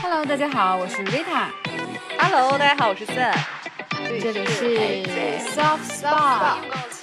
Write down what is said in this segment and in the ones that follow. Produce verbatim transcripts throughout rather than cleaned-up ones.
Hello， 大家好，我是 Rita。Hello， 大家好，我是 Sam。 这里是 Soft Spot。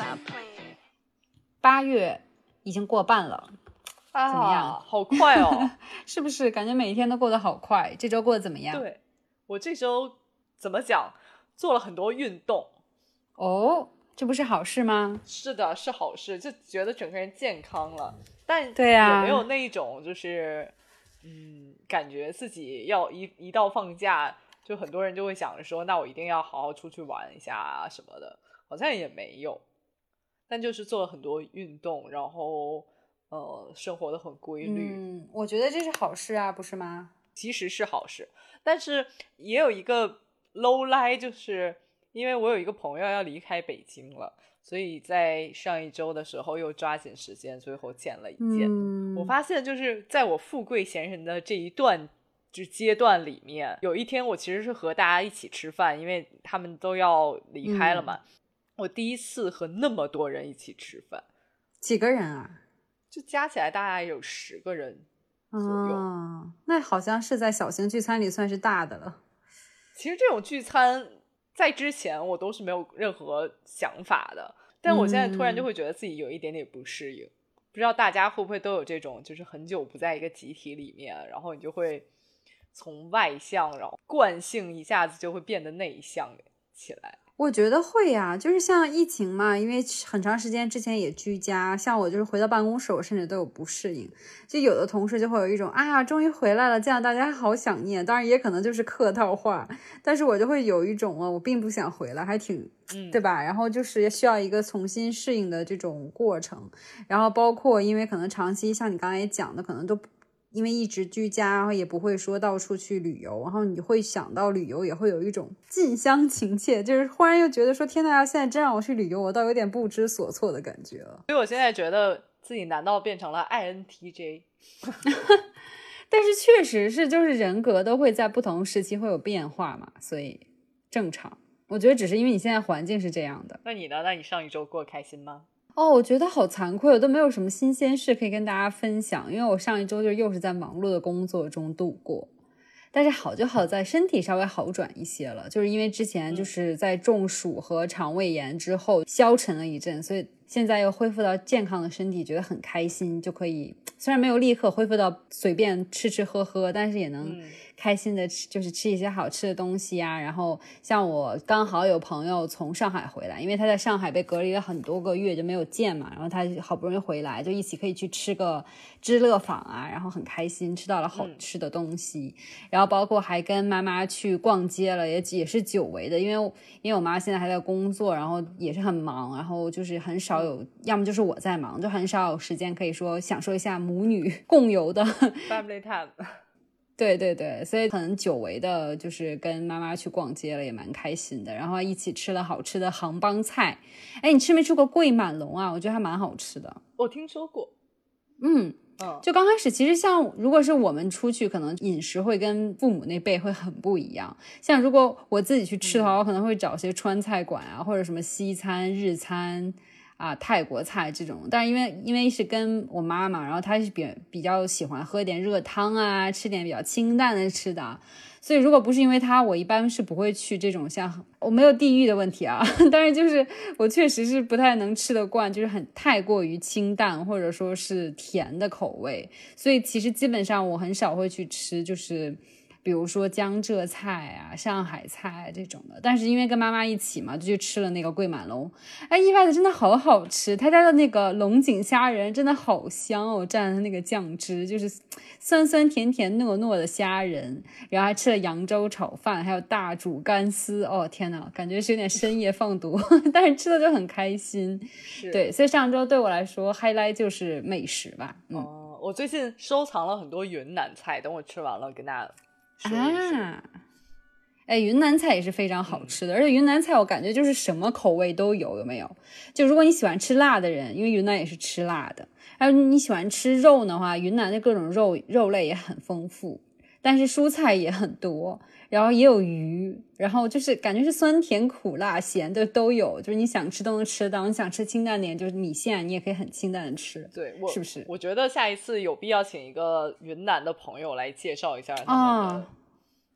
八月已经过半了， 啊、 怎么样？ 好快哦， 是不是？感觉每一天都过得好快。这周过得怎么样？ 对，我这周怎么讲，做了很多运动。 哦，这不是好事吗？ 是的，是好事，就觉得整个人健康了。但对啊， 有没有那一种就是嗯，感觉自己要一一到放假，就很多人就会想着说，那我一定要好好出去玩一下啊什么的，好像也没有。但就是做了很多运动，然后呃，生活的很规律。 嗯，我觉得这是好事啊，不是吗？ 其实是好事，但是也有一个 low lie，就是因为我有一个朋友要离开北京了，所以在上一周的时候又抓紧时间最后见了一见。 嗯， 我发现就是在我富贵闲人的这一段就阶段里面，有一天我其实是和大家一起吃饭，因为他们都要离开了嘛、嗯、我第一次和那么多人一起吃饭。 几个人啊？ 就加起来大概有十个人左右、 哦、那好像是在小型聚餐里算是大的了。 其实这种聚餐在之前我都是没有任何想法的，但我现在突然就会觉得自己有一点点不适应、嗯、不知道大家会不会都有这种，就是很久不在一个集体里面，然后你就会从外向然后惯性一下子就会变得内向起来。 我觉得会呀、啊，就是像疫情嘛，因为很长时间之前也居家，像我就是回到办公室我甚至都有不适应，就有的同事就会有一种啊终于回来了，见到大家好想念，当然也可能就是客套话，但是我就会有一种啊我并不想回来，还挺、嗯、对吧，然后就是需要一个重新适应的这种过程，然后包括因为可能长期像你刚才也讲的可能都因为一直居家，然后也不会说到处去旅游，然后你会想到旅游也会有一种近乡情怯，就是忽然又觉得说天哪，现在真让我去旅游我倒有点不知所措的感觉了。 所以我现在觉得自己难道变成了 I N T J 但是确实是就是人格都会在不同时期会有变化嘛，所以正常。我觉得只是因为你现在环境是这样的。 那你呢？那你上一周过得开心吗？ 哦，我觉得好惭愧，我都没有什么新鲜事可以跟大家分享，因为我上一周就又是在忙碌的工作中度过。但是好就好在身体稍微好转一些了，就是因为之前就是在中暑和肠胃炎之后消沉了一阵，所以现在又恢复到健康的身体，觉得很开心，就可以虽然没有立刻恢复到随便吃吃喝喝，但是也能开心的吃，就是吃一些好吃的东西啊。然后像我刚好有朋友从上海回来，因为他在上海被隔离了很多个月就没有见嘛，然后他好不容易回来，就一起可以去吃个知乐坊啊，然后很开心吃到了好吃的东西、嗯、然后包括还跟妈妈去逛街了，也也是久违的，因为因为我妈现在还在工作，然后也是很忙，然后就是很少有、嗯、要么就是我在忙，就很少有时间可以说享受一下母女共游的 family time 对对对，所以很久违的就是跟妈妈去逛街了，也蛮开心的，然后一起吃了好吃的杭帮菜。哎，你吃没吃过桂满龙啊？我觉得还蛮好吃的。 我听说过。 嗯就刚开始其实像如果是我们出去可能饮食会跟父母那辈会很不一样，像如果我自己去吃的话、嗯、我可能会找些川菜馆啊，或者什么西餐日餐啊泰国菜这种，但是因为因为是跟我妈妈，然后她是比比较喜欢喝点热汤啊，吃点比较清淡的吃的，所以如果不是因为她，我一般是不会去这种，像我没有地域的问题啊，但是就是我确实是不太能吃得惯就是很太过于清淡或者说是甜的口味，所以其实基本上我很少会去吃就是比如说江浙菜啊上海菜这种的，但是因为跟妈妈一起嘛，就去吃了那个桂满龙，哎，意外的真的好好吃，他家的那个龙井虾仁真的好香哦，蘸的那个酱汁就是酸酸甜甜糯糯的虾仁，然后还吃了扬州炒饭，还有大煮干丝，哦天哪，感觉是有点深夜放毒但是吃的就很开心。对，所以上周对我来说 highlight 就是美食吧。嗯、 哦，我最近收藏了很多云南菜，等我吃完了跟大家说一说啊。 哎，云南菜也是非常好吃的、嗯、而且云南菜我感觉就是什么口味都有，有没有？就如果你喜欢吃辣的人，因为云南也是吃辣的，还有你喜欢吃肉的话，云南的各种肉肉类也很丰富，但是蔬菜也很多，然后也有鱼，然后就是感觉是酸甜苦辣咸的都有，就是你想吃都能吃到，你想吃清淡点就是米线你也可以很清淡的吃。 对，我是不是？ 我觉得下一次有必要请一个云南的朋友来介绍一下他们的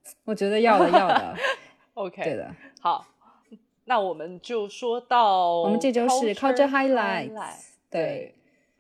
我觉得要的要的 OK 对的。 好，那我们就说到我们这周是 Culture Highlights， highlight， 对。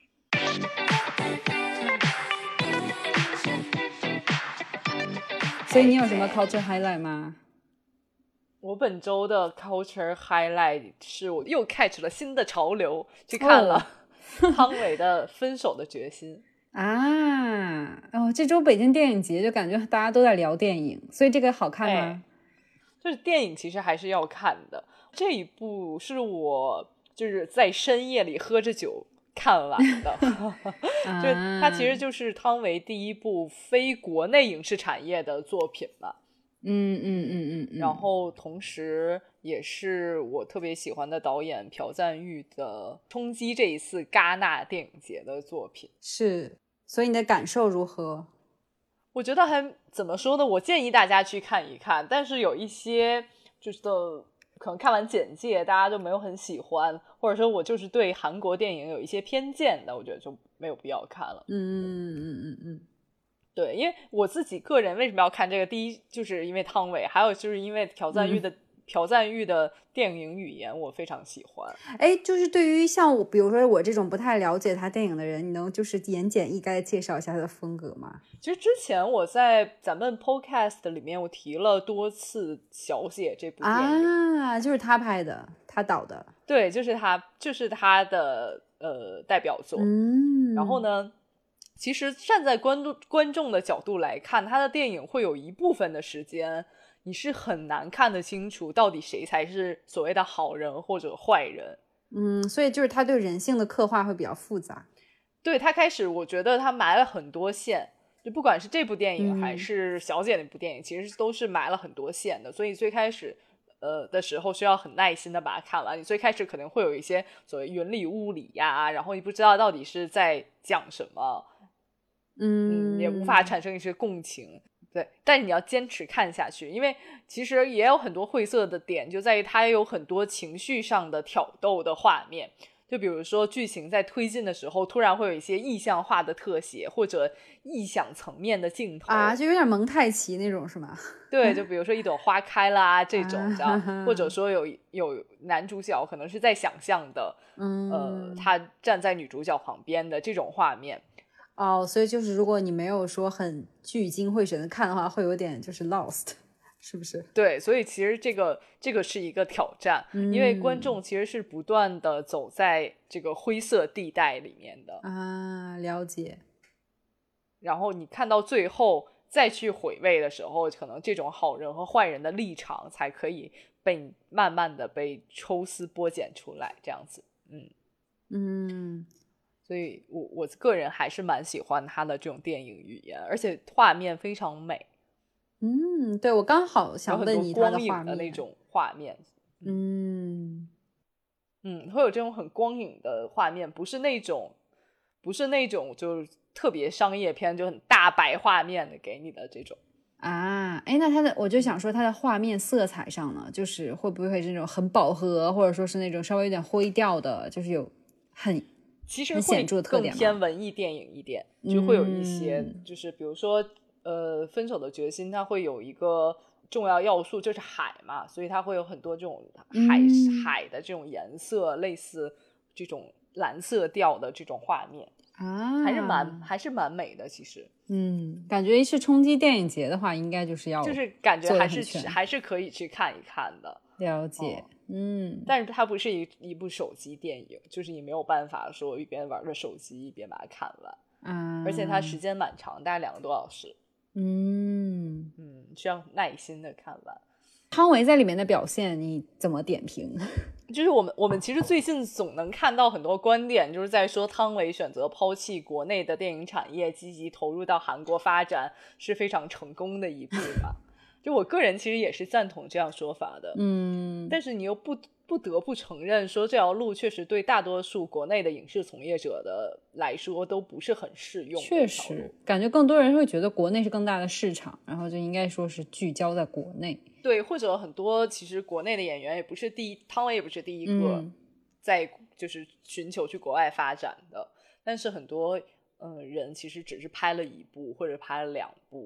所以你有什么 Culture Highlight 吗？ 我本周的 Culture Highlight 是我又 catch 了新的潮流，去看了汤唯的《分手的决心》 啊。哦，这周北京电影节就感觉大家都在聊电影，所以这个好看吗？ 哎，就是电影其实还是要看的。这一部是我就是在深夜里喝着酒看完的就是它其实就是汤唯第一部非国内影视产业的作品嘛。 嗯嗯嗯嗯， 然后同时也是我特别喜欢的导演朴赞郁的冲击这一次戛纳电影节的作品。 是，所以你的感受如何？ 我觉得还怎么说呢，我建议大家去看一看，但是有一些就是可能看完简介大家就没有很喜欢，或者说我就是对韩国电影有一些偏见的，我觉得就没有必要看了。 嗯嗯嗯嗯嗯，对， 因为我自己个人为什么要看这个，第一就是因为汤唯，还有就是因为朴赞郁的、嗯、朴赞郁的电影语言我非常喜欢。 哎，就是对于像我比如说我这种不太了解他电影的人，你能就是言简意赅的介绍一下他的风格吗？ 其实之前我在咱们 podcast 里面我提了多次小姐这部电影啊，就是他拍的，他导的。 对，就是他就是他的呃代表作。 嗯， 然后呢其实站在观众观众的角度来看，他的电影会有一部分的时间你是很难看得清楚到底谁才是所谓的好人或者坏人。 嗯，所以就是他对人性的刻画会比较复杂。 对，他开始我觉得他埋了很多线，就不管是这部电影还是小姐那部电影、嗯、其实都是埋了很多线的，所以最开始呃的时候需要很耐心的把它看完。你最开始可能会有一些所谓云里雾里呀，然后你不知道到底是在讲什么，嗯，也无法产生一些共情。对，但是你要坚持看下去，因为其实也有很多晦涩的点，就在于它也有很多情绪上的挑逗的画面。就比如说剧情在推进的时候突然会有一些意象化的特写或者意想层面的镜头啊，就有点蒙太奇那种是吗？ 对，就比如说一朵花开啦这种你知道或者说有有男主角可能是在想象的、嗯、呃，他站在女主角旁边的这种画面。 哦，所以就是如果你没有说很聚精会神的看的话会有点就是 lost， 是不是？ 对，所以其实这个这个是一个挑战、嗯、因为观众其实是不断的走在这个灰色地带里面的啊，了解。 然后你看到最后再去回味的时候，可能这种好人和坏人的立场才可以被慢慢的被抽丝剥茧出来这样子。嗯嗯， 所以我我个人还是蛮喜欢他的这种电影语言，而且画面非常美。 嗯，对，我刚好想问你他的画面， 光影的那种画面。 嗯嗯，会有这种很光影的画面，不是那种不是那种就是特别商业片就很大白画面的给你的这种啊。哎，那他的我就想说他的画面色彩上呢，就是会不会是那种很饱和，或者说是那种稍微有点灰调的，就是有很其实会更偏文艺电影一点，就会有一些、嗯、就是比如说呃，分手的决心它会有一个重要要素就是海嘛，所以它会有很多这种海、嗯、海的这种颜色，类似这种蓝色调的这种画面啊， 还是蛮还是蛮美的其实。 嗯，感觉是冲击电影节的话应该就是要就是感觉还是还是可以去看一看的。 了解。嗯, 嗯， 但是它不是一一部手机电影，就是你没有办法说一边玩着手机一边把它看完啊， 而且它时间蛮长，大概两个多小时。 嗯嗯，需要耐心的看完。 汤唯在里面的表现你怎么点评？ 就是我们我们其实最近总能看到很多观点，就是在说汤唯选择抛弃国内的电影产业，积极投入到韩国发展是非常成功的一步吧。就我个人其实也是赞同这样说法的。 嗯， 但是你又不不得不承认说这条路确实对大多数国内的影视从业者的来说都不是很适用。 确实感觉更多人会觉得国内是更大的市场，然后就应该说是聚焦在国内。 对，或者很多其实国内的演员也不是第一，汤唯也不是第一个在就是寻求去国外发展的、嗯、但是很多、呃、人其实只是拍了一部或者拍了两部，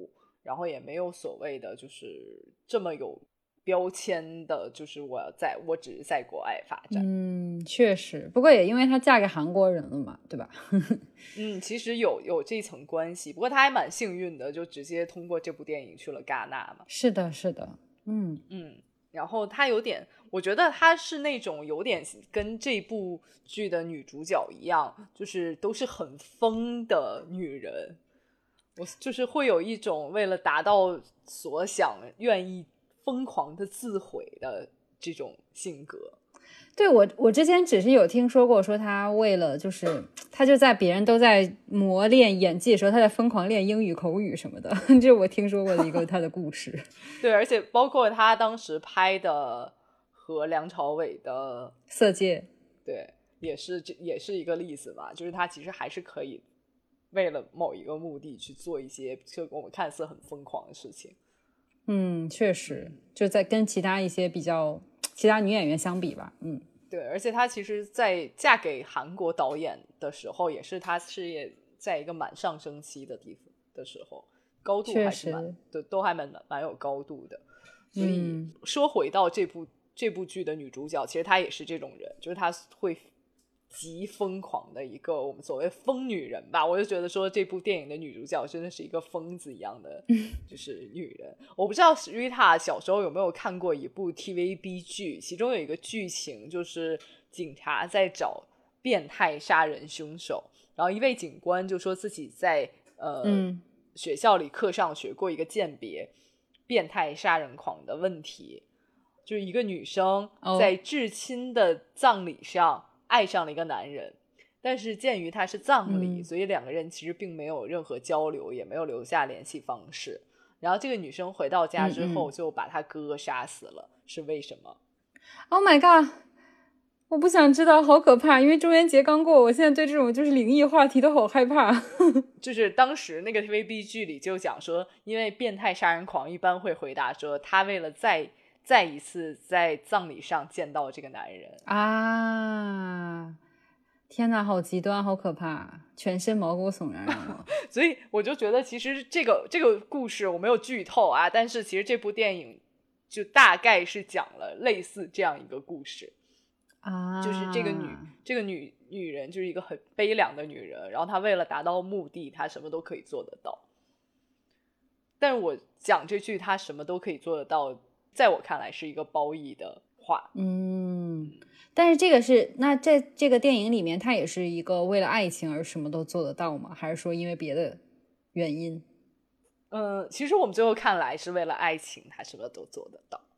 然后也没有所谓的就是这么有标签的，就是我要在我只是在国外发展。 嗯，确实，不过也因为她嫁给韩国人了嘛，对吧？ 嗯，其实有有这层关系，不过她还蛮幸运的，就直接通过这部电影去了戛纳嘛。 是的，是的，嗯嗯，然后她有点，我觉得她是那种有点跟这部剧的女主角一样，就是都是很疯的女人。我就是会有一种为了达到所想愿意疯狂的自毁的这种性格。 对，我我之前只是有听说过，说他为了就是他就在别人都在磨练演技的时候，他在疯狂练英语口语什么的，这是我听说过的一个他的故事。 对，而且包括他当时拍的和梁朝伟的 《色戒》， 对，也是也是一个例子嘛，就是他其实还是可以为了某一个目的去做一些就我们看似很疯狂的事情。 嗯，确实，就在跟其他一些比较其他女演员相比吧，嗯， 对，而且她其实在嫁给韩国导演的时候，也是她事业在一个蛮上升期的地方的时候，高度还是蛮对，都还蛮蛮有高度的。所以说回到这部、嗯、这部剧的女主角，其实她也是这种人，就是她会极疯狂的一个我们所谓疯女人吧。我就觉得说这部电影的女主角真的是一个疯子一样的就是女人。我不知道 Rita 小时候有没有看过一部 T V B 剧，其中有一个剧情就是警察在找变态杀人凶手，然后一位警官就说自己在呃、嗯、学校里课上学过一个鉴别变态杀人狂的问题，就是一个女生在至亲的葬礼上爱上了一个男人，但是鉴于他是葬礼、嗯、所以两个人其实并没有任何交流，也没有留下联系方式。然后这个女生回到家之后就把她哥哥杀死了，嗯嗯，是为什么？ Oh my god， 我不想知道，好可怕，因为中元节刚过，我现在对这种就是灵异话题都好害怕。 就是当时那个 T V B 剧里就讲说，因为变态杀人狂一般会回答说他为了再再一次在葬礼上见到这个男人啊！天哪，好极端，好可怕，全身毛骨悚然让我。 所以我就觉得其实这个这个故事我没有剧透啊，但是其实这部电影就大概是讲了类似这样一个故事啊， 就是这个女这个女女人就是一个很悲凉的女人，然后她为了达到目的她什么都可以做得到。但是我讲这句她什么都可以做得到，在我看来是一个褒义的话。 嗯，但是这个是那在这个电影里面她也是一个为了爱情而什么都做得到吗？还是说因为别的原因？ 嗯，其实我们最后看来是为了爱情她什么都做得到。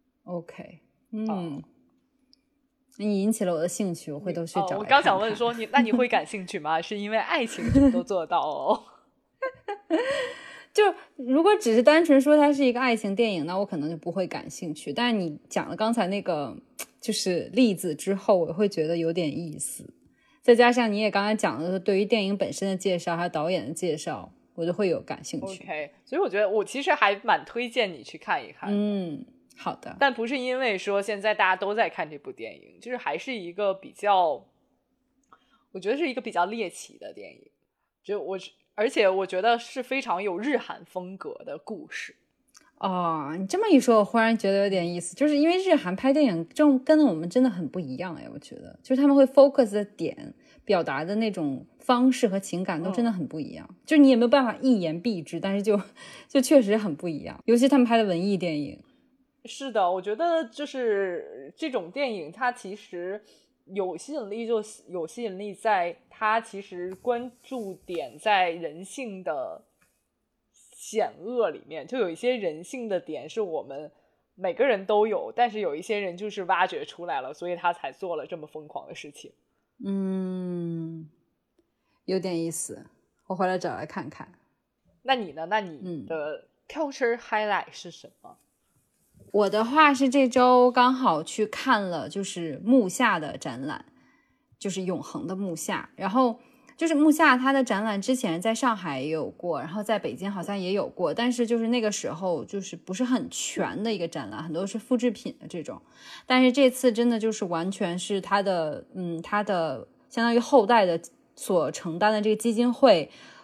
OK， 嗯、哦，你引起了我的兴趣，我回头去找来看看、哦、 我刚想问说你那你会感兴趣吗？是因为爱情什么都做得到哦。 就如果只是单纯说它是一个爱情电影，那我可能就不会感兴趣，但是你讲了刚才那个就是例子之后，我会觉得有点意思，再加上你也刚才讲的对于电影本身的介绍还有导演的介绍，我就会有感兴趣。 OK， 所以我觉得我其实还蛮推荐你去看一看。 嗯，好的， 但不是因为说现在大家都在看这部电影，就是还是一个比较，我觉得是一个比较猎奇的电影，就我而且我觉得是非常有日韩风格的故事。 哦，你这么一说我忽然觉得有点意思，就是因为日韩拍电影这种跟我们真的很不一样哎，我觉得就是他们会 focus 的点表达的那种方式和情感都真的很不一样、嗯、就你也没有办法一言蔽之，但是就就确实很不一样，尤其他们拍的文艺电影。 是的，我觉得就是这种电影它其实有吸引力，就有吸引力在它其实关注点在人性的险恶里面，就有一些人性的点是我们每个人都有，但是有一些人就是挖掘出来了，所以他才做了这么疯狂的事情。 嗯，有点意思，我回来找来看看。 那你呢？那你的 culture highlight 是什么？ 我的话是这周刚好去看了就是木下的展览，就是永恒的木下，然后就是木下他的展览之前在上海也有过，然后在北京好像也有过，但是就是那个时候就是不是很全的一个展览，很多是复制品的这种，但是这次真的就是完全是他的嗯他的相当于后代的所承担的这个基金会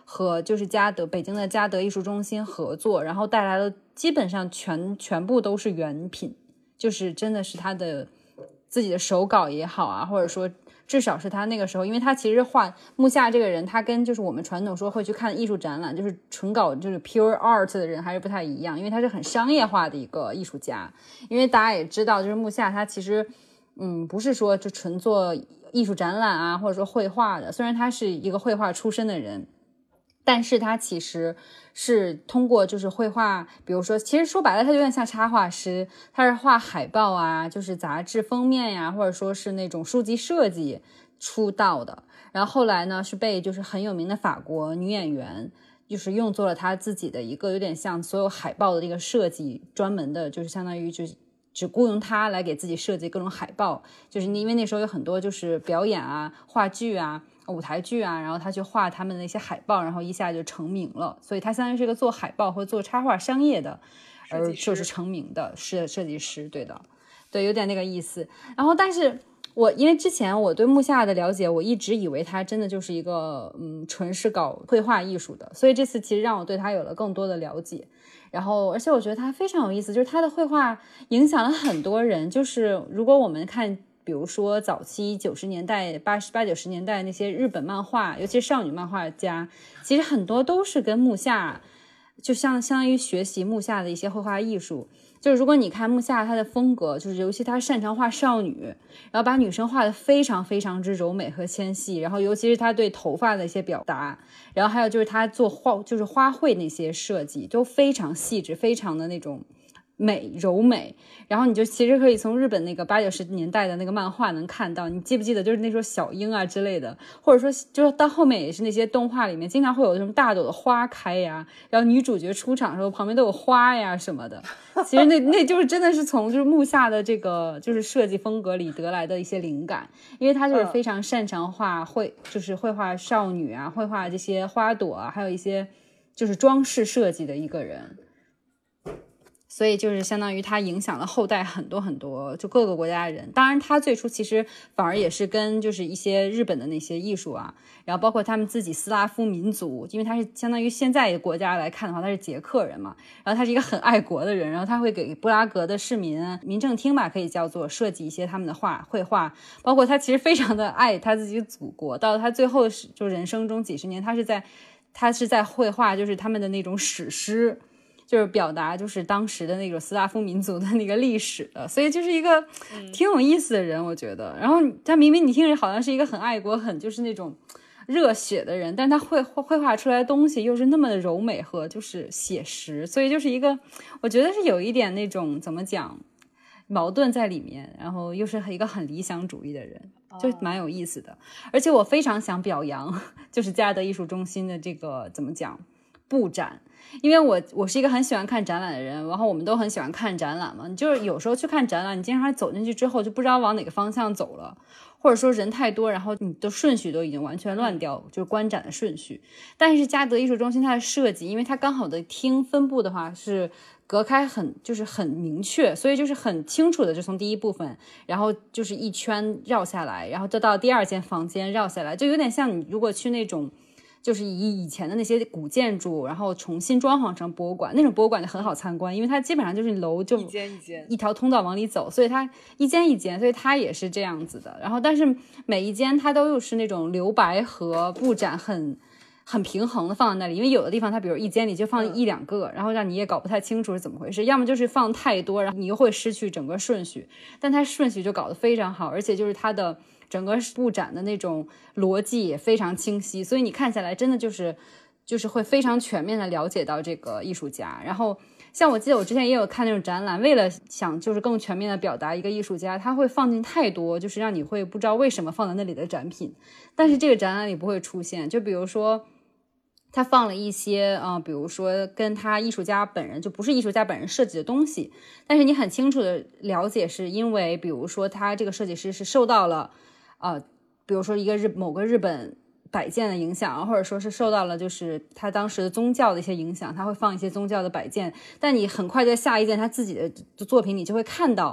和就是嘉德北京的嘉德艺术中心合作，然后带来了基本上全全部都是原品，就是真的是他的自己的手稿也好啊，或者说至少是他那个时候，因为他其实画木下这个人，他跟就是我们传统说会去看艺术展览，就是纯搞就是 pure art 的人还是不太一样，因为他是很商业化的一个艺术家。因为大家也知道，就是木下他其实嗯不是说就纯做艺术展览啊，或者说绘画的，虽然他是一个绘画出身的人，但是他其实是通过就是绘画，比如说其实说白了他有点像插画师，他是画海报啊，就是杂志封面呀，或者说是那种书籍设计出道的。然后后来呢是被就是很有名的法国女演员就是用作了他自己的一个有点像所有海报的这个设计，专门的就是相当于就是只雇佣他来给自己设计各种海报，就是因为那时候有很多就是表演啊、话剧啊、舞台剧啊，然后他去画他们的那些海报，然后一下就成名了。所以他相当于是一个做海报或做插画商业的，而就是成名的是设计师。对的，对，有点那个意思。然后但是我因为之前我对木下的了解，我一直以为他真的就是一个嗯纯是搞绘画艺术的，所以这次其实让我对他有了更多的了解。然后而且我觉得他非常有意思，就是他的绘画影响了很多人。就是如果我们看比如说早期九十年代八十八九十年代那些日本漫画，尤其是少女漫画家，其实很多都是跟木下就相相当于学习木下的一些绘画艺术。就是如果你看木下他的风格，就是尤其他擅长画少女，然后把女生画得非常非常之柔美和纤细，然后尤其是他对头发的一些表达，然后还有就是他做花就是花卉那些设计都非常细致，非常的那种美柔美。然后你就其实可以从日本那个八九十年代的那个漫画能看到，你记不记得就是那时候小樱啊之类的，或者说就是到后面也是那些动画里面经常会有什么大朵的花开呀，然后女主角出场的时候旁边都有花呀什么的。其实那那就是真的是从就是木下的这个就是设计风格里得来的一些灵感，因为他就是非常擅长画绘就是绘画少女啊，绘画这些花朵啊，还有一些就是装饰设计的一个人。所以就是相当于他影响了后代很多很多就各个国家的人。当然他最初其实反而也是跟就是一些日本的那些艺术啊，然后包括他们自己斯拉夫民族，因为他是相当于现在的国家来看的话他是捷克人嘛，然后他是一个很爱国的人，然后他会给布拉格的市民民政厅吧可以叫做设计一些他们的画绘画，包括他其实非常的爱他自己的祖国，到他最后就人生中几十年他是在他是在绘画就是他们的那种史诗，就是表达就是当时的那种斯拉夫民族的那个历史的，所以就是一个挺有意思的人我觉得。然后他明明你听着好像是一个很爱国很就是那种热血的人，但他绘绘画出来的东西又是那么的柔美和就是写实，所以就是一个我觉得是有一点那种怎么讲矛盾在里面，然后又是一个很理想主义的人，就蛮有意思的。而且我非常想表扬就是嘉德艺术中心的这个怎么讲布展，因为我我是一个很喜欢看展览的人，然后我们都很喜欢看展览嘛，你就是有时候去看展览，你经常走进去之后就不知道往哪个方向走了，或者说人太多，然后你的顺序都已经完全乱掉，就是观展的顺序。但是嘉德艺术中心它的设计，因为它刚好的厅分布的话是隔开很就是很明确，所以就是很清楚的就从第一部分然后就是一圈绕下来，然后就到第二间房间绕下来，就有点像你如果去那种就是以以前的那些古建筑然后重新装潢成博物馆，那种博物馆就很好参观，因为它基本上就是楼就一间一间一条通道往里走，所以它一间一间，所以它也是这样子的。然后但是每一间它都又是那种留白和布展很很平衡的放在那里，因为有的地方它比如一间里就放一两个、嗯、然后让你也搞不太清楚是怎么回事，要么就是放太多然后你又会失去整个顺序，但它顺序就搞得非常好，而且就是它的整个布展的那种逻辑也非常清晰，所以你看下来真的就是就是会非常全面的了解到这个艺术家。然后像我记得我之前也有看那种展览，为了想就是更全面的表达一个艺术家，他会放进太多就是让你会不知道为什么放在那里的展品，但是这个展览里不会出现，就比如说他放了一些啊、呃，比如说跟他艺术家本人就不是艺术家本人设计的东西，但是你很清楚的了解是因为比如说他这个设计师是受到了呃，比如说一个日某个日本摆件的影响，或者说是受到了就是他当时的宗教的一些影响，他会放一些宗教的摆件，但你很快在下一件他自己的作品你就会看到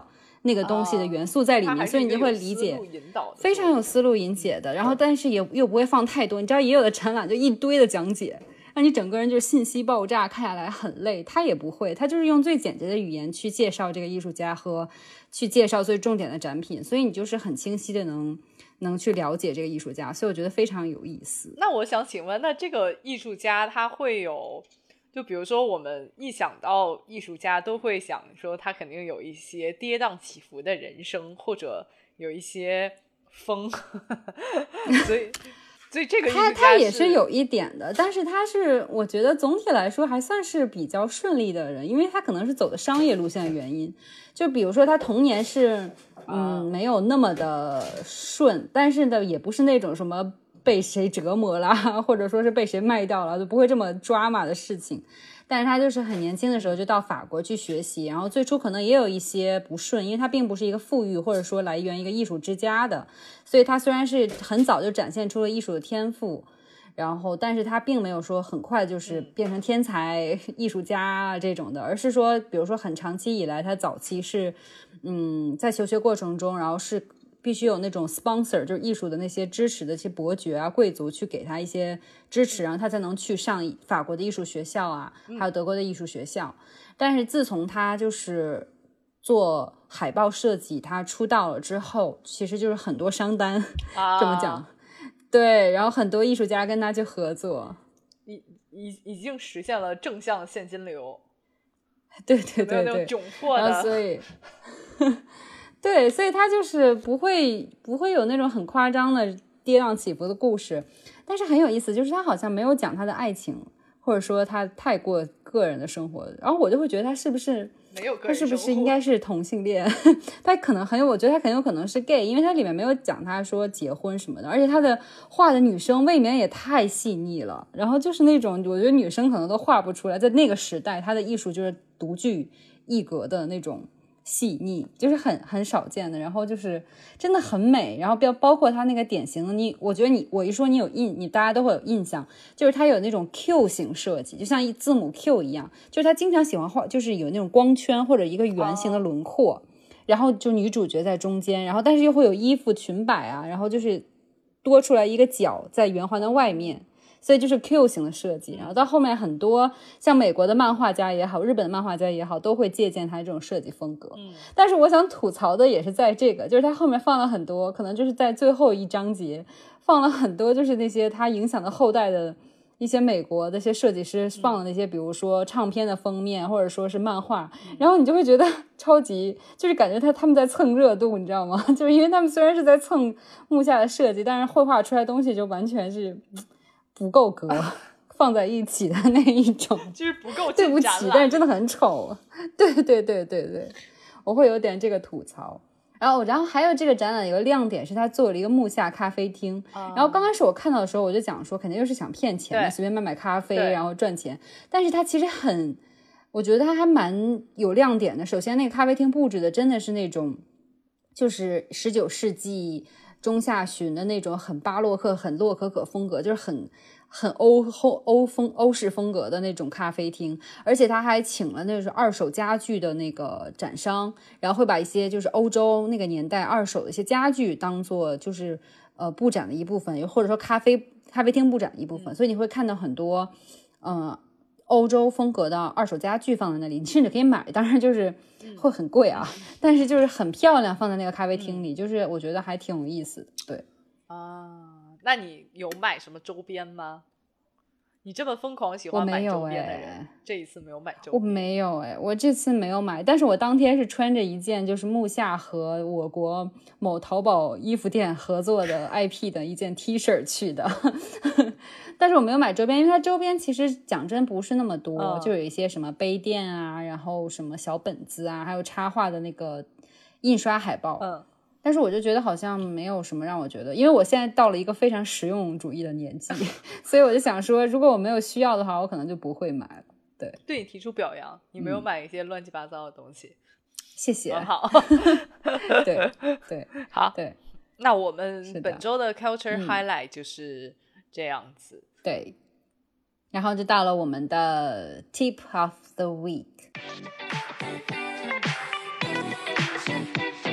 那个东西的元素在里面、 啊、 所以你就会理解非常有思路引解的，然后但是也又不会放太多，你知道也有的展览就一堆的讲解，让你整个人就是信息爆炸，看下来很累。他也不会，他就是用最简洁的语言去介绍这个艺术家和去介绍最重点的展品，所以你就是很清晰的能能去了解这个艺术家，所以我觉得非常有意思。 那我想请问，那这个艺术家他会有，就比如说我们一想到艺术家都会想说他肯定有一些跌宕起伏的人生，或者有一些疯所以所以这个艺术家他他也是有一点的，但是他是我觉得总体来说还算是比较顺利的人，因为他可能是走的商业路线的原因。就比如说他童年是嗯没有那么的顺，但是呢也不是那种什么被谁折磨啦，或者说是被谁卖掉了，就不会这么抓马的事情。但是他就是很年轻的时候就到法国去学习，然后最初可能也有一些不顺，因为他并不是一个富裕或者说来源一个艺术之家的，所以他虽然是很早就展现出了艺术的天赋，然后但是他并没有说很快就是变成天才艺术家这种的，而是说比如说很长期以来他早期是嗯在求学过程中，然后是必须有那种 sponsor 就是艺术的那些支持的一些伯爵啊贵族去给他一些支持，然后他才能去上法国的艺术学校啊还有德国的艺术学校。但是自从他就是做海报设计他出道了之后，其实就是很多商单、啊、这么讲对，然后很多艺术家跟他去合作， 已已已经实现了正向现金流。 对对对对， 有没有那种窘迫的， 然后所以对，所以他就是不会不会有那种很夸张的跌宕起伏的故事，但是很有意思，就是他好像没有讲他的爱情，或者说他太过个人的生活，然后我就会觉得他是不是没有个人生活， 他是不是应该是同性恋他可能很有，我觉得他很有可能是 gay， 因为他里面没有讲他说结婚什么的，而且他的画的女生未免也太细腻了，然后就是那种我觉得女生可能都画不出来，在那个时代他的艺术就是独具一格的那种细腻，就是很很少见的，然后就是真的很美，然后包包括他那个典型的，你我觉得你我一说你有印，你大家都会有印象，就是他有那种 Q 型设计，就像一字母 Q 一样，就是他经常喜欢画，就是有那种光圈或者一个圆形的轮廓、哦、然后就女主角在中间，然后但是又会有衣服裙摆啊，然后就是多出来一个角在圆环的外面，所以就是 Q 型的设计，然后到后面很多像美国的漫画家也好，日本的漫画家也好，都会借鉴他这种设计风格、嗯、但是我想吐槽的也是在这个，就是他后面放了很多，可能就是在最后一章节放了很多就是那些他影响的后代的一些美国的一些设计师放的那些、嗯、比如说唱片的封面或者说是漫画、嗯、然后你就会觉得超级就是感觉他他们在蹭热度，你知道吗？就是因为他们虽然是在蹭木下的设计，但是绘画出来的东西就完全是不够格放在一起的那一种， 就是不够对不起，但是真的很丑。对对对对对，我会有点这个吐槽。然后然后还有这个展览有个亮点是他做了一个木下咖啡厅、嗯、然后刚开始我看到的时候我就讲说肯定就是想骗钱的，随便卖卖咖啡然后赚钱，但是他其实很我觉得他还蛮有亮点的。首先那个咖啡厅布置的真的是那种就是十九世纪中下旬的那种很巴洛克很洛可可风格，就是很很欧欧欧风欧式风格的那种咖啡厅，而且他还请了那种二手家具的那个展商，然后会把一些就是欧洲那个年代二手的一些家具当做就是呃布展的一部分，或者说咖啡咖啡厅布展的一部分、嗯、所以你会看到很多呃欧洲风格的二手家具放在那里，你甚至可以买，当然就是会很贵啊、嗯、但是就是很漂亮放在那个咖啡厅里、嗯、就是我觉得还挺有意思的。对啊，那你有买什么周边吗？你这么疯狂喜欢买周边的人、哎、这一次没有买周边？ 我没有哎，我这次没有买，但是我当天是穿着一件就是木下和我国某淘宝衣服店合作的 I P 的一件 T 恤去的但是我没有买周边，因为它周边其实讲真不是那么多、嗯、就有一些什么杯垫啊，然后什么小本子啊，还有插画的那个印刷海报。嗯，但是我就觉得好像没有什么让我觉得，因为我现在到了一个非常实用主义的年纪所以我就想说如果我没有需要的话我可能就不会买了。对， 对你提出表扬，你没有买一些乱七八糟的东西、嗯、 谢谢。 好对对好， 对， 那我们本周的 Culture Highlight 就是这样子、嗯、 对，然后就到了我们的 Tip of the Week。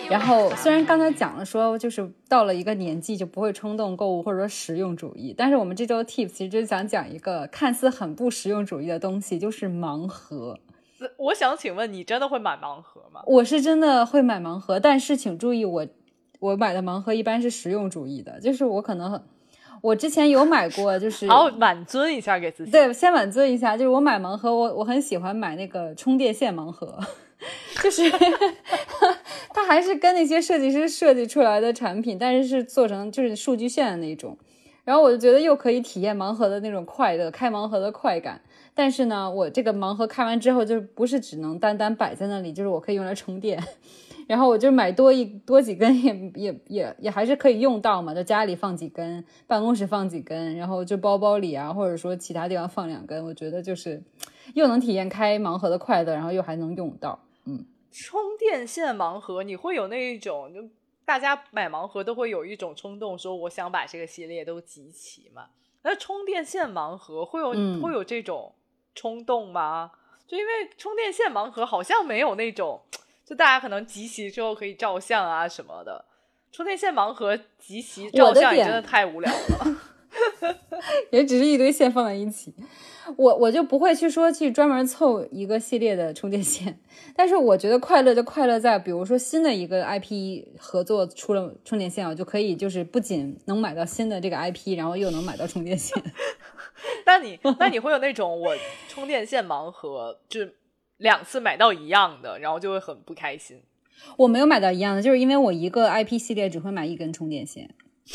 然后虽然刚才讲了说就是到了一个年纪就不会冲动购物或者说实用主义，但是我们这周 tips 其实就是想讲一个看似很不实用主义的东西，就是盲盒。 我想请问你真的会买盲盒吗？ 我是真的会买盲盒，但是请注意我我买的盲盒一般是实用主义的，就是我可能我之前有买过，就是好挽尊一下给自己。 对，先挽尊一下，就是我买盲盒，我我很喜欢买那个充电线盲盒，就是它还是跟那些设计师设计出来的产品，但是是做成就是数据线的那种。然后我就觉得又可以体验盲盒的那种快乐，开盲盒的快感。但是呢，我这个盲盒开完之后，就不是只能单单摆在那里，就是我可以用来充电。然后我就买多一多几根也也也也还是可以用到嘛，就家里放几根，办公室放几根，然后就包包里啊，或者说其他地方放两根，我觉得就是又能体验开盲盒的快乐，然后又还能用到。嗯， 充电线盲盒你会有那一种，就大家买盲盒都会有一种冲动，说我想把这个系列都集齐嘛。那充电线盲盒会有、嗯、会有这种冲动吗？就因为充电线盲盒好像没有那种。就大家可能集齐之后可以照相啊什么的，充电线盲盒集齐照相也真的太无聊了， 也只是一堆线放在一起。我我就不会去说去专门凑一个系列的充电线，但是我觉得快乐就快乐在，比如说新的一个 I P 合作出了充电线，我就可以就是不仅能买到新的这个 I P， 然后又能买到充电线。 那你那你会有那种我充电线盲盒就两次买到一样的，然后就会很不开心。 我没有买到一样的，就是因为我一个 I P 系列只会买一根充电线。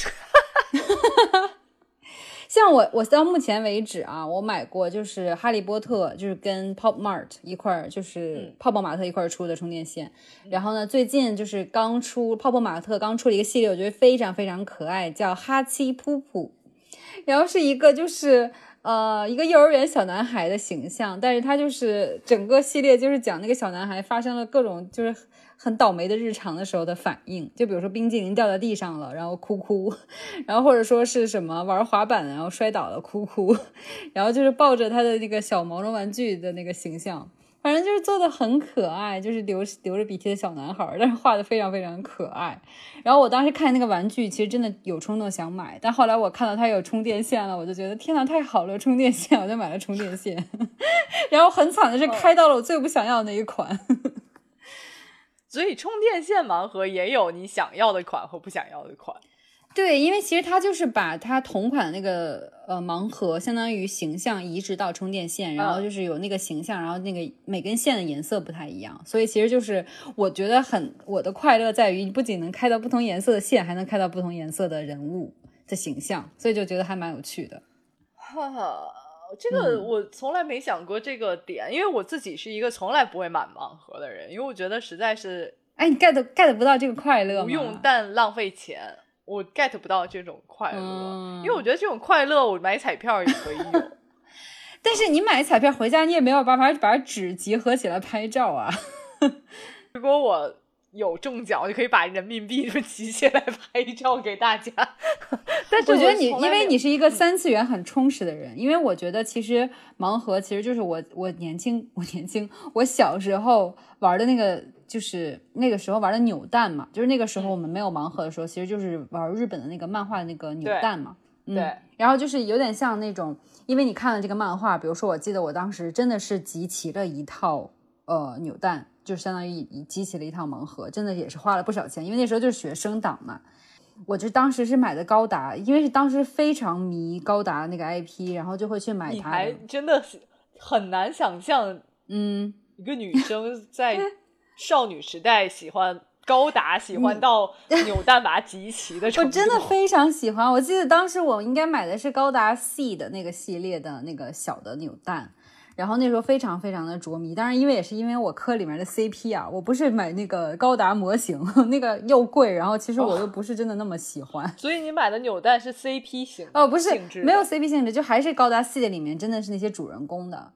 像我我到目前为止啊，我买过就是哈利波特，就是跟 Pop Mart 一块就是泡泡玛特一块出的充电线、嗯、然后呢最近就是刚出泡泡玛特刚出了一个系列，我觉得非常非常可爱，叫哈七噗噗，然后是一个就是呃，一个幼儿园小男孩的形象，但是他就是整个系列就是讲那个小男孩发生了各种就是很倒霉的日常的时候的反应，就比如说冰激凌掉在地上了然后哭哭，然后或者说是什么玩滑板然后摔倒了哭哭，然后就是抱着他的那个小毛绒玩具的那个形象，反正就是做的很可爱，就是流流着鼻涕的小男孩，但是画的非常非常可爱。然后我当时看那个玩具其实真的有冲动想买，但后来我看到它有充电线了，我就觉得天哪太好了，充电线，我就买了充电线。然后很惨的是开到了我最不想要的那一款。 所以充电线盲盒也有你想要的款和不想要的款。 对，因为其实它就是把它同款的那个呃盲盒相当于形象移植到充电线，然后就是有那个形象，然后那个每根线的颜色不太一样，所以其实就是我觉得很我的快乐在于你不仅能开到不同颜色的线，还能开到不同颜色的人物的形象，所以就觉得还蛮有趣的。 哈哈，这个我从来没想过这个点、嗯、因为我自己是一个从来不会买盲盒的人，因为我觉得实在是哎，你 get get 不到这个快乐吗？ 不用但浪费钱，我 get 不到这种快乐、嗯、因为我觉得这种快乐我买彩票也可以有。 但是你买彩票回家你也没有办法把纸集合起来拍照啊。 如果我有中奖我就可以把人民币就集起来拍照给大家。但是我, 我觉得你因为你是一个三次元很充实的人、嗯、因为我觉得其实盲盒其实就是我我年轻我年轻我小时候玩的那个，就是那个时候玩的扭蛋嘛，就是那个时候我们没有盲盒的时候、嗯、其实就是玩日本的那个漫画的那个扭蛋嘛。 对、嗯、对， 然后就是有点像那种，因为你看了这个漫画，比如说我记得我当时真的是集齐了一套呃扭蛋，就相当于集齐了一套盲盒，真的也是花了不少钱，因为那时候就是学生党嘛。我就当时是买的高达，因为是当时非常迷高达那个 I P， 然后就会去买它。 你还真的很难想象， 嗯， 一个女生在少女时代喜欢高达，喜欢到扭蛋把它集齐的程度。 我真的非常喜欢，我记得当时我应该买的是高达 C 的那个系列的那个小的扭蛋。然后那时候非常非常的着迷，当然因为也是因为我科里面的 C P 啊，我不是买那个高达模型，那个又贵，然后其实我又不是真的那么喜欢、哦、 所以你买的扭蛋是 C P 型哦，不是没有 C P 性质，就还是高达系列里面真的是那些主人公的，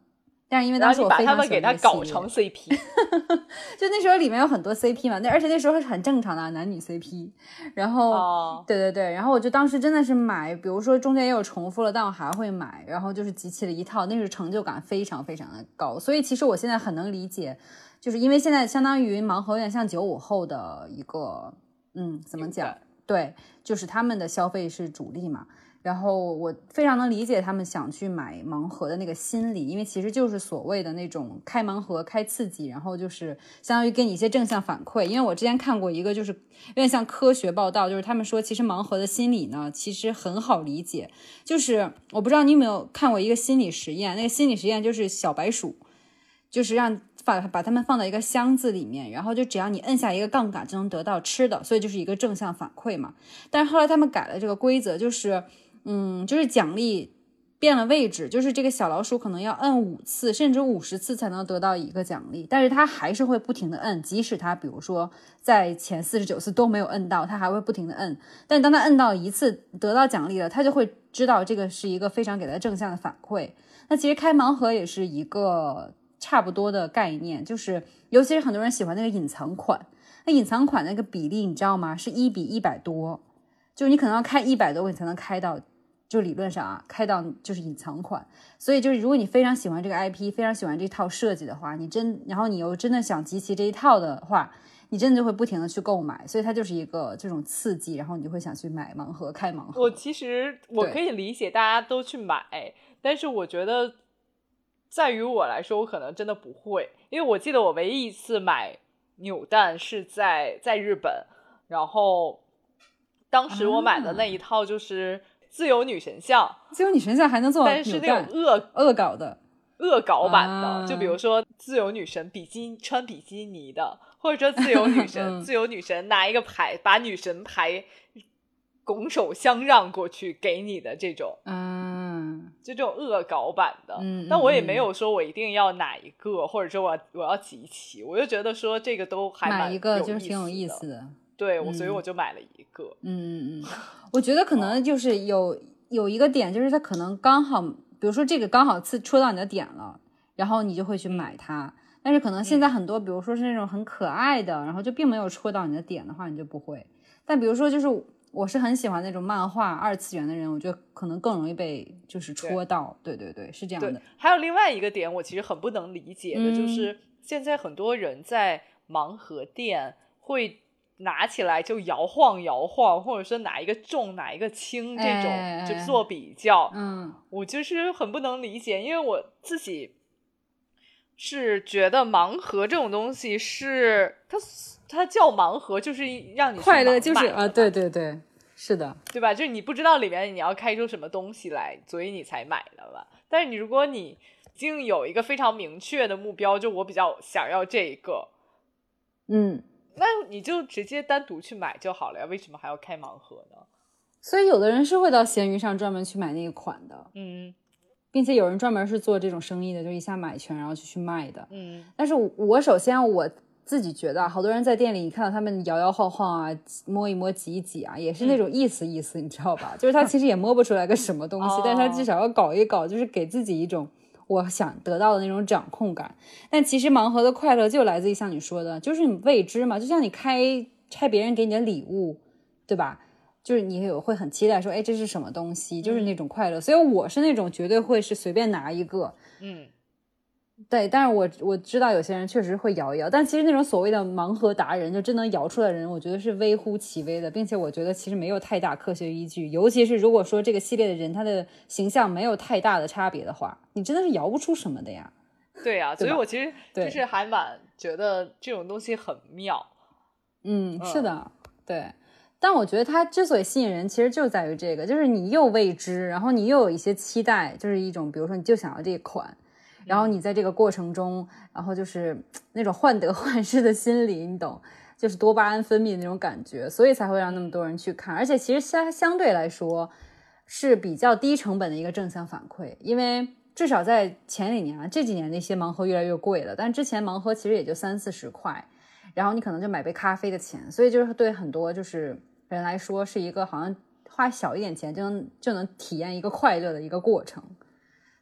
但是因为当时我非常喜欢然后你把他们给他搞成 C P 就那时候里面有很多 C P 嘛，那而且那时候是很正常的男女 C P， 然后、哦、对对对，然后我就当时真的是买，比如说中间也有重复了，但我还会买，然后就是集齐了一套，那是成就感非常非常的高。所以其实我现在很能理解，就是因为现在相当于盲盒有点像九五后的一个嗯怎么讲，对，就是他们的消费是主力嘛，然后我非常能理解他们想去买盲盒的那个心理，因为其实就是所谓的那种开盲盒开刺激，然后就是相当于给你一些正向反馈。因为我之前看过一个就是有点像科学报道，就是他们说其实盲盒的心理呢其实很好理解，就是我不知道你有没有看过一个心理实验，那个心理实验就是小白鼠，就是让把把它们放到一个箱子里面，然后就只要你摁下一个杠杆就能得到吃的，所以就是一个正向反馈嘛。但是后来他们改了这个规则，就是嗯，就是奖励变了位置，就是这个小老鼠可能要摁五次甚至五十次才能得到一个奖励，但是它还是会不停的摁，即使它比如说在前四十九次都没有摁到，它还会不停的摁。但当它摁到一次得到奖励了，它就会知道这个是一个非常给它正向的反馈。那其实开盲盒也是一个差不多的概念，就是尤其是很多人喜欢那个隐藏款，那隐藏款那个比例你知道吗？是一比一百多，就是你可能要开一百多个你才能开到，就理论上啊，开到就是隐藏款。所以就是如果你非常喜欢这个 I P， 非常喜欢这套设计的话，你真然后你又真的想集齐这一套的话，你真的就会不停的去购买，所以它就是一个这种刺激，然后你就会想去买盲盒开盲盒。 我其实我可以理解大家都去买，但是我觉得在于我来说我可能真的不会，因为我记得我唯一一次买扭蛋是在在日本，然后当时我买的那一套就是自由女神像、啊、 自由女神像还能做扭蛋， 但是那种恶恶搞的恶搞版的、 啊、 就比如说自由女神比基穿比基尼的，或者说自由女神、嗯、自由女神拿一个牌把女神牌拱手相让过去给你的这种， 嗯， 就这种恶搞版的。 嗯， 但我也没有说我一定要哪一个，或者说我我要集齐，我就觉得说这个都还蛮买一个就是挺有意思的。 对，我、嗯、所以我就买了一个。 嗯嗯嗯，我觉得可能就是有有一个点，就是它可能刚好，比如说这个刚好刺戳到你的点了，然后你就会去买它。但是可能现在很多，比如说是那种很可爱的，然后就并没有戳到你的点的话，你就不会。但比如说就是我是很喜欢那种漫画二次元的人，我觉得可能更容易被就是戳到。对对 对, 对，是这样的。 还有另外一个点我其实很不能理解的、嗯、就是现在很多人在盲盒店会拿起来就摇晃摇晃，或者说哪一个重哪一个轻这种、哎、就做比较。 嗯， 我就是很不能理解，因为我自己是觉得盲盒这种东西是它它叫盲盒就是让你快乐，就是啊，对对对，是的， 对吧？就是你不知道里面你要开出什么东西来，所以你才买的吧。但是你如果你已经有一个非常明确的目标，就我比较想要这一个， 嗯， 那你就直接单独去买就好了呀，为什么还要开盲盒呢？ 所以有的人是会到闲鱼上专门去买那个款的， 嗯， 并且有人专门是做这种生意的，就一下买全然后就去卖的。 嗯， 但是我首先我自己觉得好多人在店里你看到他们摇摇晃晃啊，摸一摸挤一挤啊，也是那种意思意思、嗯、你知道吧，就是他其实也摸不出来个什么东西、哦、但是他至少要搞一搞，就是给自己一种我想得到的那种掌控感。但其实盲盒的快乐就来自于像你说的，就是你未知嘛，就像你开拆别人给你的礼物，对吧，就是你有会很期待说哎这是什么东西，就是那种快乐、嗯、所以我是那种绝对会是随便拿一个， 嗯， 对，但是我我知道有些人确实会摇一摇，但其实那种所谓的盲盒达人就真能摇出来的人，我觉得是微乎其微的，并且我觉得其实没有太大科学依据，尤其是如果说这个系列的人他的形象没有太大的差别的话，你真的是摇不出什么的呀。 对啊，所以我其实就是还蛮觉得这种东西很妙。 嗯，是的，对。但我觉得它之所以吸引人其实就在于这个，就是你又未知，然后你又有一些期待，就是一种比如说你就想要这一款，然后你在这个过程中，然后就是那种患得患失的心理，你懂，就是多巴胺分泌的那种感觉，所以才会让那么多人去看。而且其实相相对来说是比较低成本的一个正向反馈，因为至少在前几年啊，这几年那些盲盒越来越贵了，但之前盲盒其实也就三四十块，然后你可能就买杯咖啡的钱，所以就是对很多就是人来说是一个好像花小一点钱就能就能体验一个快乐的一个过程。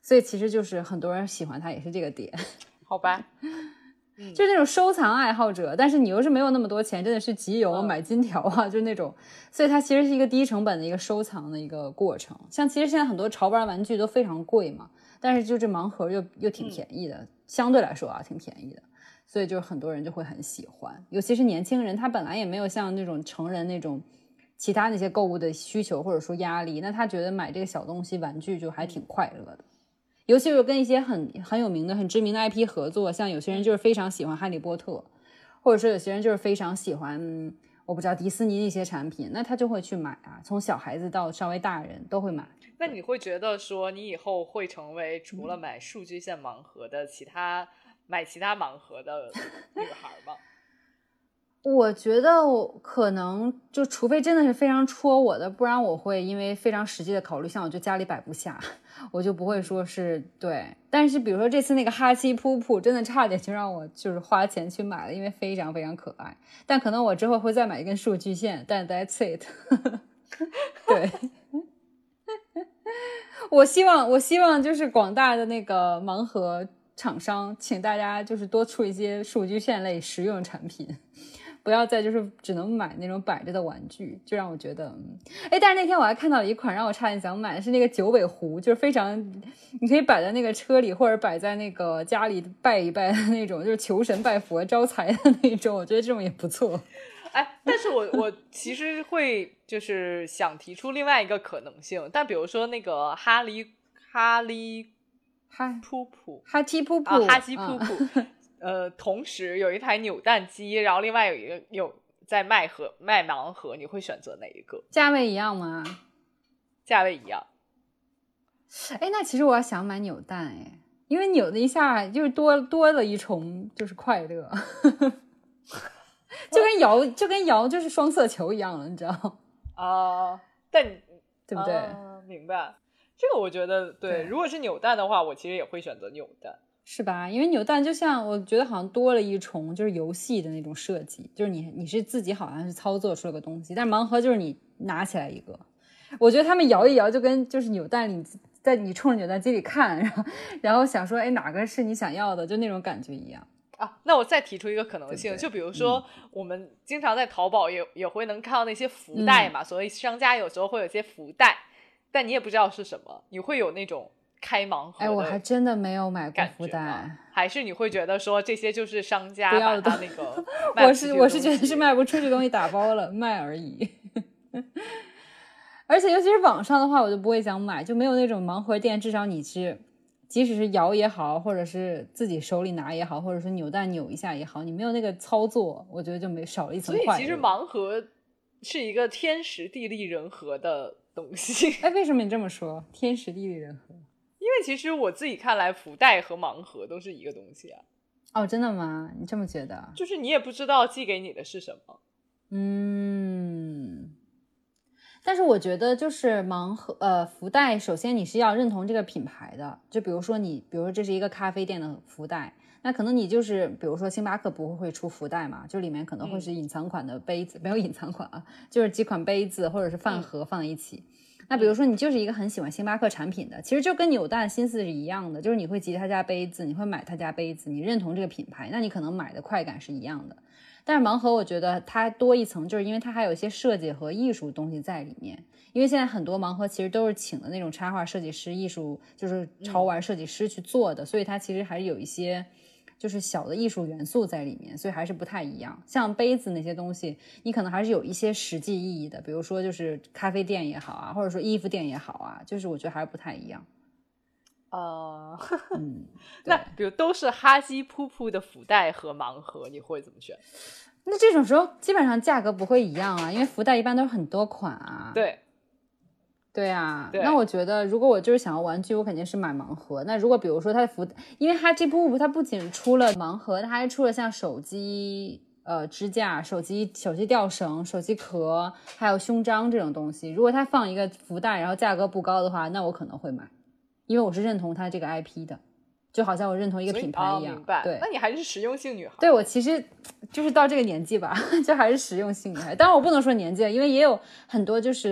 所以其实就是很多人喜欢它也是这个点。 好吧。 就是那种收藏爱好者，但是你又是没有那么多钱，真的是集邮、嗯、买金条啊，就是那种，所以它其实是一个低成本的一个收藏的一个过程。像其实现在很多潮玩玩具都非常贵嘛，但是就这盲盒又又挺便宜的、嗯、相对来说啊挺便宜的，所以就是很多人就会很喜欢，尤其是年轻人，他本来也没有像那种成人那种其他那些购物的需求或者说压力，那他觉得买这个小东西玩具就还挺快乐的。尤其是跟一些很很有名的很知名的 I P 合作，像有些人就是非常喜欢哈利波特，或者说有些人就是非常喜欢、嗯、我不知道迪士尼的一些产品，那他就会去买啊，从小孩子到稍微大人都会买。 那你会觉得说你以后会成为除了买数据线盲盒的其他买其他盲盒的女孩吗？ 我觉得我可能就除非真的是非常戳我的，不然我会因为非常实际的考虑，像我就家里摆不下，我就不会说是对。但是比如说这次那个哈希噗噗真的差点就让我就是花钱去买了，因为非常非常可爱，但可能我之后会再买一根数据线，但 that's it 对我希望我希望就是广大的那个盲盒厂商，请大家就是多出一些数据线类实用产品，不要再就是只能买那种摆着的玩具，就让我觉得嗯，哎，但是那天我还看到了一款让我差点想买的是那个九尾狐，就是非常你可以摆在那个车里或者摆在那个家里拜一拜的那种，就是求神拜佛招财的那种，我觉得这种也不错。 哎，但是我我其实会就是想提出另外一个可能性，但比如说那个哈利哈利哈噗噗哈基噗噗、 啊、哈基噗噗、嗯呃，同时有一台扭蛋机，然后另外有一个有在卖盒卖盲盒，你会选择哪一个？ 价位一样吗？ 价位一样。 哎，那其实我要想买扭蛋哎，因为扭的一下就是多多了一重就是快乐，就跟摇就跟摇就是双色球一样了，你知道啊、呃？但对不对、 呃？明白。这个我觉得 对, 对，如果是扭蛋的话，我其实也会选择扭蛋。 是吧？因为扭蛋就像我觉得好像多了一重就是游戏的那种设计，就是你你是自己好像是操作出了个东西，但是盲盒就是你拿起来一个，我觉得他们摇一摇就跟就是扭蛋里在你冲着扭蛋机里看，然后然后想说哎哪个是你想要的，就那种感觉一样啊。那我再提出一个可能性， 对对就比如说、嗯、我们经常在淘宝也也会能看到那些福袋嘛、嗯、所以商家有时候会有些福袋，但你也不知道是什么，你会有那种开盲盒的， 哎，我还真的没有买过福袋， 还是你会觉得说这些就是商家把它那个我是我是觉得是卖不出去东西打包了卖而已。而且尤其是网上的话，我就不会想买，就没有那种盲盒店，至少你是即使是摇也好，或者是自己手里拿也好，或者是扭蛋扭一下也好，你没有那个操作，我觉得就没少了一层快乐。 所以其实盲盒是一个天时地利人和的东西。 哎，为什么你这么说？天时地利人和？ 因为其实我自己看来福袋和盲盒都是一个东西啊。 哦，真的吗？你这么觉得？ 就是你也不知道寄给你的是什么。 嗯，但是我觉得就是盲盒呃福袋，首先你是要认同这个品牌的，就比如说你比如说这是一个咖啡店的福袋，那可能你就是比如说星巴克不会出福袋嘛，就里面可能会是隐藏款的杯子、嗯、没有隐藏款啊，就是几款杯子或者是饭盒放在一起、嗯，那比如说你就是一个很喜欢星巴克产品的，其实就跟扭蛋心思是一样的，就是你会集他家杯子，你会买他家杯子，你认同这个品牌，那你可能买的快感是一样的。但是盲盒我觉得它多一层，就是因为它还有一些设计和艺术东西在里面，因为现在很多盲盒其实都是请的那种插画设计师、艺术就是潮玩设计师去做的、嗯、所以它其实还是有一些就是小的艺术元素在里面，所以还是不太一样。像杯子那些东西你可能还是有一些实际意义的，比如说就是咖啡店也好啊，或者说衣服店也好啊，就是我觉得还是不太一样。 呃， 嗯， 那比如都是哈基噗噗的福袋和盲盒，你会怎么选？ 那这种时候基本上价格不会一样啊，因为福袋一般都是很多款啊。 对， 对啊， 对， 那我觉得如果我就是想要玩具，我肯定是买盲盒。那如果比如说它的福，因为哈基噗噗它不仅出了盲盒，它还出了像手机呃支架、手机手机吊绳、手机壳，还有胸章这种东西。如果它放一个福袋，然后价格不高的话，那我可能会买。因为我是认同它这个 I P 的，就好像我认同一个品牌一样。 哦、明白。 对， 那你还是实用性女孩。 对，我其实就是到这个年纪吧，就还是实用性女孩。当然我不能说年纪，因为也有很多就是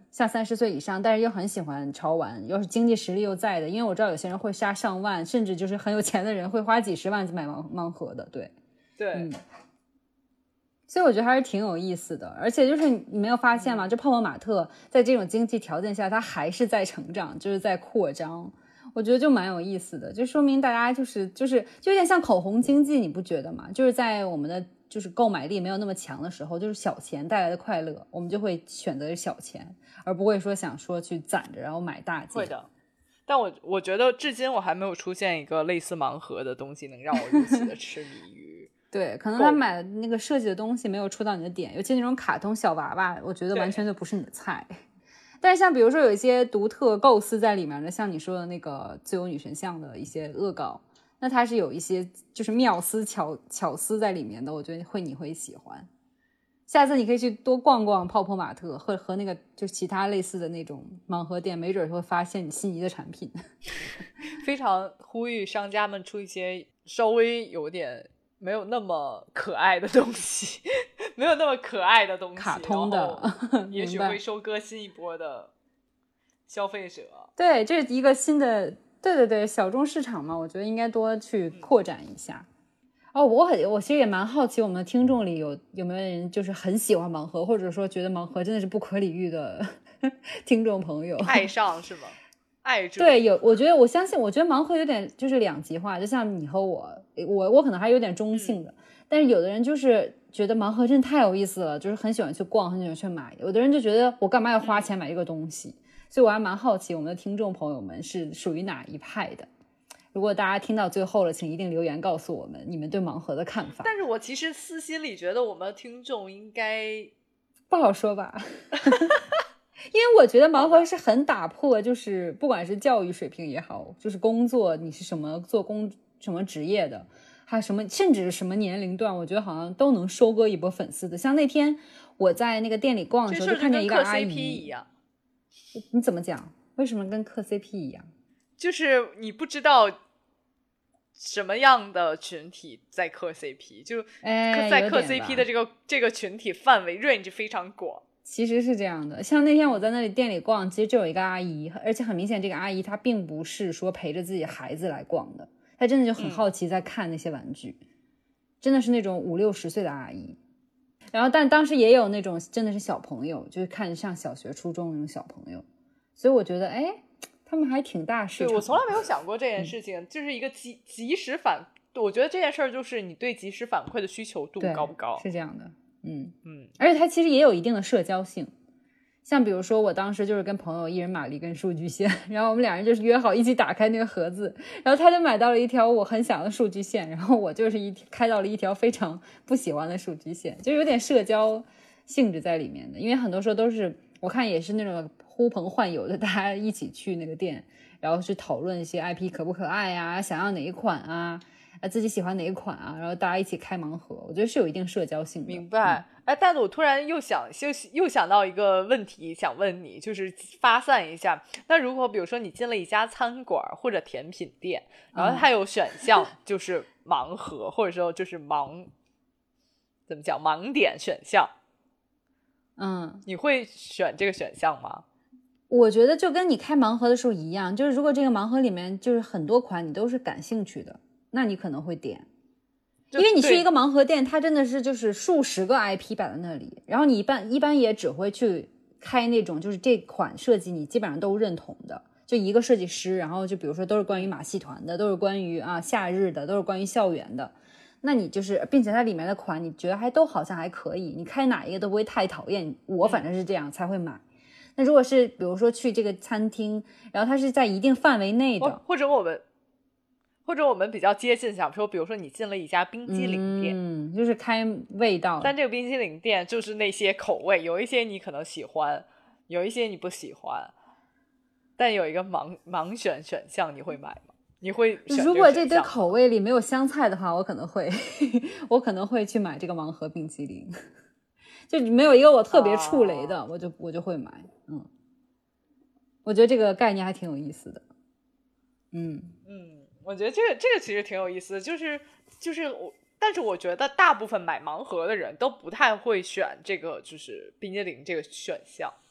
像三十岁以上，但是又很喜欢潮玩，要是经济实力又在的，因为我知道有些人会杀上万，甚至就是很有钱的人会花几十万买盲盲盒的，对对、 嗯，所以我觉得还是挺有意思的。而且就是你没有发现吗？就泡泡玛特在这种经济条件下，它还是在成长，就是在扩张。我觉得就蛮有意思的，就说明大家就是就是就有点像口红经济，你不觉得吗？就是在我们的就是购买力没有那么强的时候，就是小钱带来的快乐，我们就会选择小钱，而不会说想说去攒着然后买大件。 会的，但我我觉得至今我还没有出现一个类似盲盒的东西能让我如此的痴迷于对，可能他买的那个设计的东西没有触到你的点，尤其那种卡通小娃娃，我觉得完全就不是你的菜。但是像比如说有一些独特构思在里面的，像你说的那个自由女神像的一些恶搞，那它是有一些就是妙思巧巧思在里面的，我觉得会你会喜欢。下次你可以去多逛逛泡泡玛特和和那个就其他类似的那种盲盒店，没准会发现你心仪的产品。 非常呼吁商家们出一些稍微有点没有那么可爱的东西，没有那么可爱的东西， 卡通的， 也许会收割新一波的消费者。 对，这是一个新的，对对对，小众市场嘛，我觉得应该多去扩展一下。嗯、哦，我很，我其实也蛮好奇，我们的听众里有有没有人就是很喜欢盲盒，或者说觉得盲盒真的是不可理喻的听众朋友， 爱上是吗？爱住。 对，有，我觉得我相信，我觉得盲盒有点就是两极化，就像你和我，我我可能还有点中性的、嗯，但是有的人就是觉得盲盒真的太有意思了，就是很喜欢去逛，很喜欢去买。有的人就觉得我干嘛要花钱买这个东西、嗯、所以我还蛮好奇我们的听众朋友们是属于哪一派的。如果大家听到最后了，请一定留言告诉我们你们对盲盒的看法。 但是我其实私心里觉得我们的听众应该不好说吧。因为我觉得盲盒是很打破，就是不管是教育水平也好，就是工作你是什么做工什么职业的，还有什么甚至是什么年龄段，我觉得好像都能收割一波粉丝的。像那天我在那个店里逛的时候，就看见一个阿姨， 跟嗑 C P 一样。 你怎么讲？为什么跟嗑 C P 一样？ 就是你不知道什么样的群体在嗑 C P， 就在嗑 C P 的这个、哎、这个群体范围 range 非常广。 其实是这样的，像那天我在那里店里逛，其实就有一个阿姨，而且很明显这个阿姨她并不是说陪着自己孩子来逛的，她真的就很好奇在看那些玩具、嗯、真的是那种五六十岁的阿姨。然后但当时也有那种真的是小朋友，就是看上小学初中那种小朋友，所以我觉得哎，他们还挺大市场。 对，我从来没有想过这件事情、嗯、就是一个及及时反，我觉得这件事儿就是你对及时反馈的需求度高不高。 是这样的，嗯嗯， 而且它其实也有一定的社交性，像比如说我当时就是跟朋友一人买了一根数据线，然后我们两人就是约好一起打开那个盒子，然后他就买到了一条我很想的数据线，然后我就是一开到了一条非常不喜欢的数据线，就有点社交性质在里面的。因为很多时候都是我看也是那种呼朋唤友的，大家一起去那个店，然后去讨论一些 I P 可不可爱啊，想要哪一款啊，自己喜欢哪一款啊，然后大家一起开盲盒，我觉得是有一定社交性的。 明白。嗯、哎，但是我突然又想又又想到一个问题想问你，就是发散一下，那如果比如说你进了一家餐馆或者甜品店，然后它有选项就是盲盒、嗯、或者说就是盲怎么讲盲点选项， 嗯， 你会选这个选项吗？ 我觉得就跟你开盲盒的时候一样，就是如果这个盲盒里面就是很多款你都是感兴趣的，那你可能会点。因为你去一个盲盒店，它真的是就是数十个 I P 摆在那里，然后你一般一般也只会去开那种就是这款设计你基本上都认同的，就一个设计师，然后就比如说都是关于马戏团的，都是关于啊夏日的，都是关于校园的，那你就是并且它里面的款你觉得还都好像还可以，你开哪一个都不会太讨厌，我反正是这样才会买。那如果是比如说去这个餐厅，然后它是在一定范围内的， 或者我们或者我们比较接近，想说比如说你进了一家冰激凌店， 嗯，就是开味道， 但这个冰激凌店就是那些口味，有一些你可能喜欢，有一些你不喜欢，但有一个盲盲选选项，你会买吗？你会选这个选项吗？ 如果这堆口味里没有香菜的话，我可能会我可能会去买这个盲盒冰激凌就没有一个我特别触雷的、啊、我就我就会买。嗯，我觉得这个概念还挺有意思的。嗯嗯，我觉得这个这个其实挺有意思的，就是就是我，但是我觉得大部分买盲盒的人都不太会选这个就是冰激凌这个选项。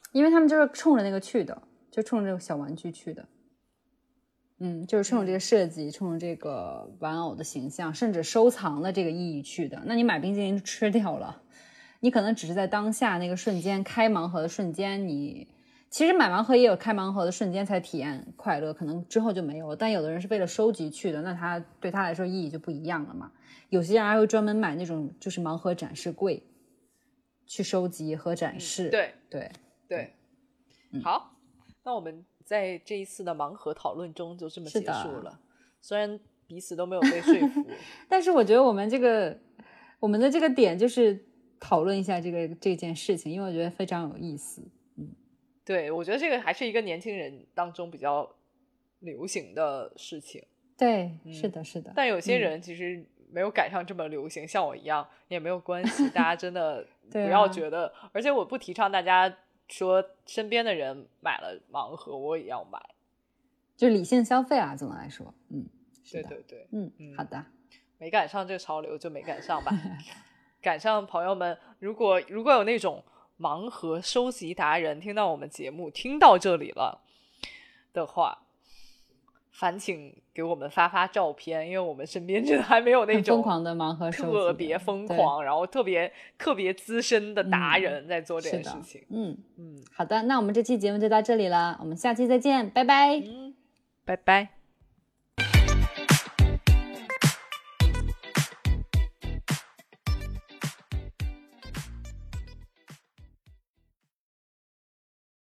因为他们就是冲着那个去的，就冲着这个小玩具去的。嗯，就是冲着这个设计、嗯、冲着这个玩偶的形象，甚至收藏的这个意义去的。那你买冰淇淋就吃掉了，你可能只是在当下那个瞬间开盲盒的瞬间，你其实买盲盒也有开盲盒的瞬间才体验快乐，可能之后就没有。但有的人是为了收集去的，那他对他来说意义就不一样了嘛。有些人还会专门买那种就是盲盒展示柜去收集和展示。 嗯、对对对、嗯，好，那我们在这一次的盲盒讨论中就这么结束了，虽然彼此都没有被说服但是我觉得我们这个我们的这个点就是讨论一下这个这件事情，因为我觉得非常有意思。嗯， 对，我觉得这个还是一个年轻人当中比较流行的事情。 对、嗯、是的是的， 但有些人其实没有赶上这么流行、嗯、像我一样也没有关系，大家真的不要觉得、啊、而且我不提倡大家说身边的人买了盲盒我也要买， 就理性消费啊，总的来说。嗯， 对对对， 嗯嗯，好的， 没赶上这个潮流就没赶上吧赶上朋友们，如果如果有那种盲盒收集达人听到我们节目听到这里了的话，烦请给我们发发照片，因为我们身边真的还没有那种疯狂的盲盒收集特别疯狂然后特别特别资深的达人在做这件事情。 嗯嗯，好的，那我们这期节目就到这里了，我们下期再见，拜拜。 嗯，拜拜。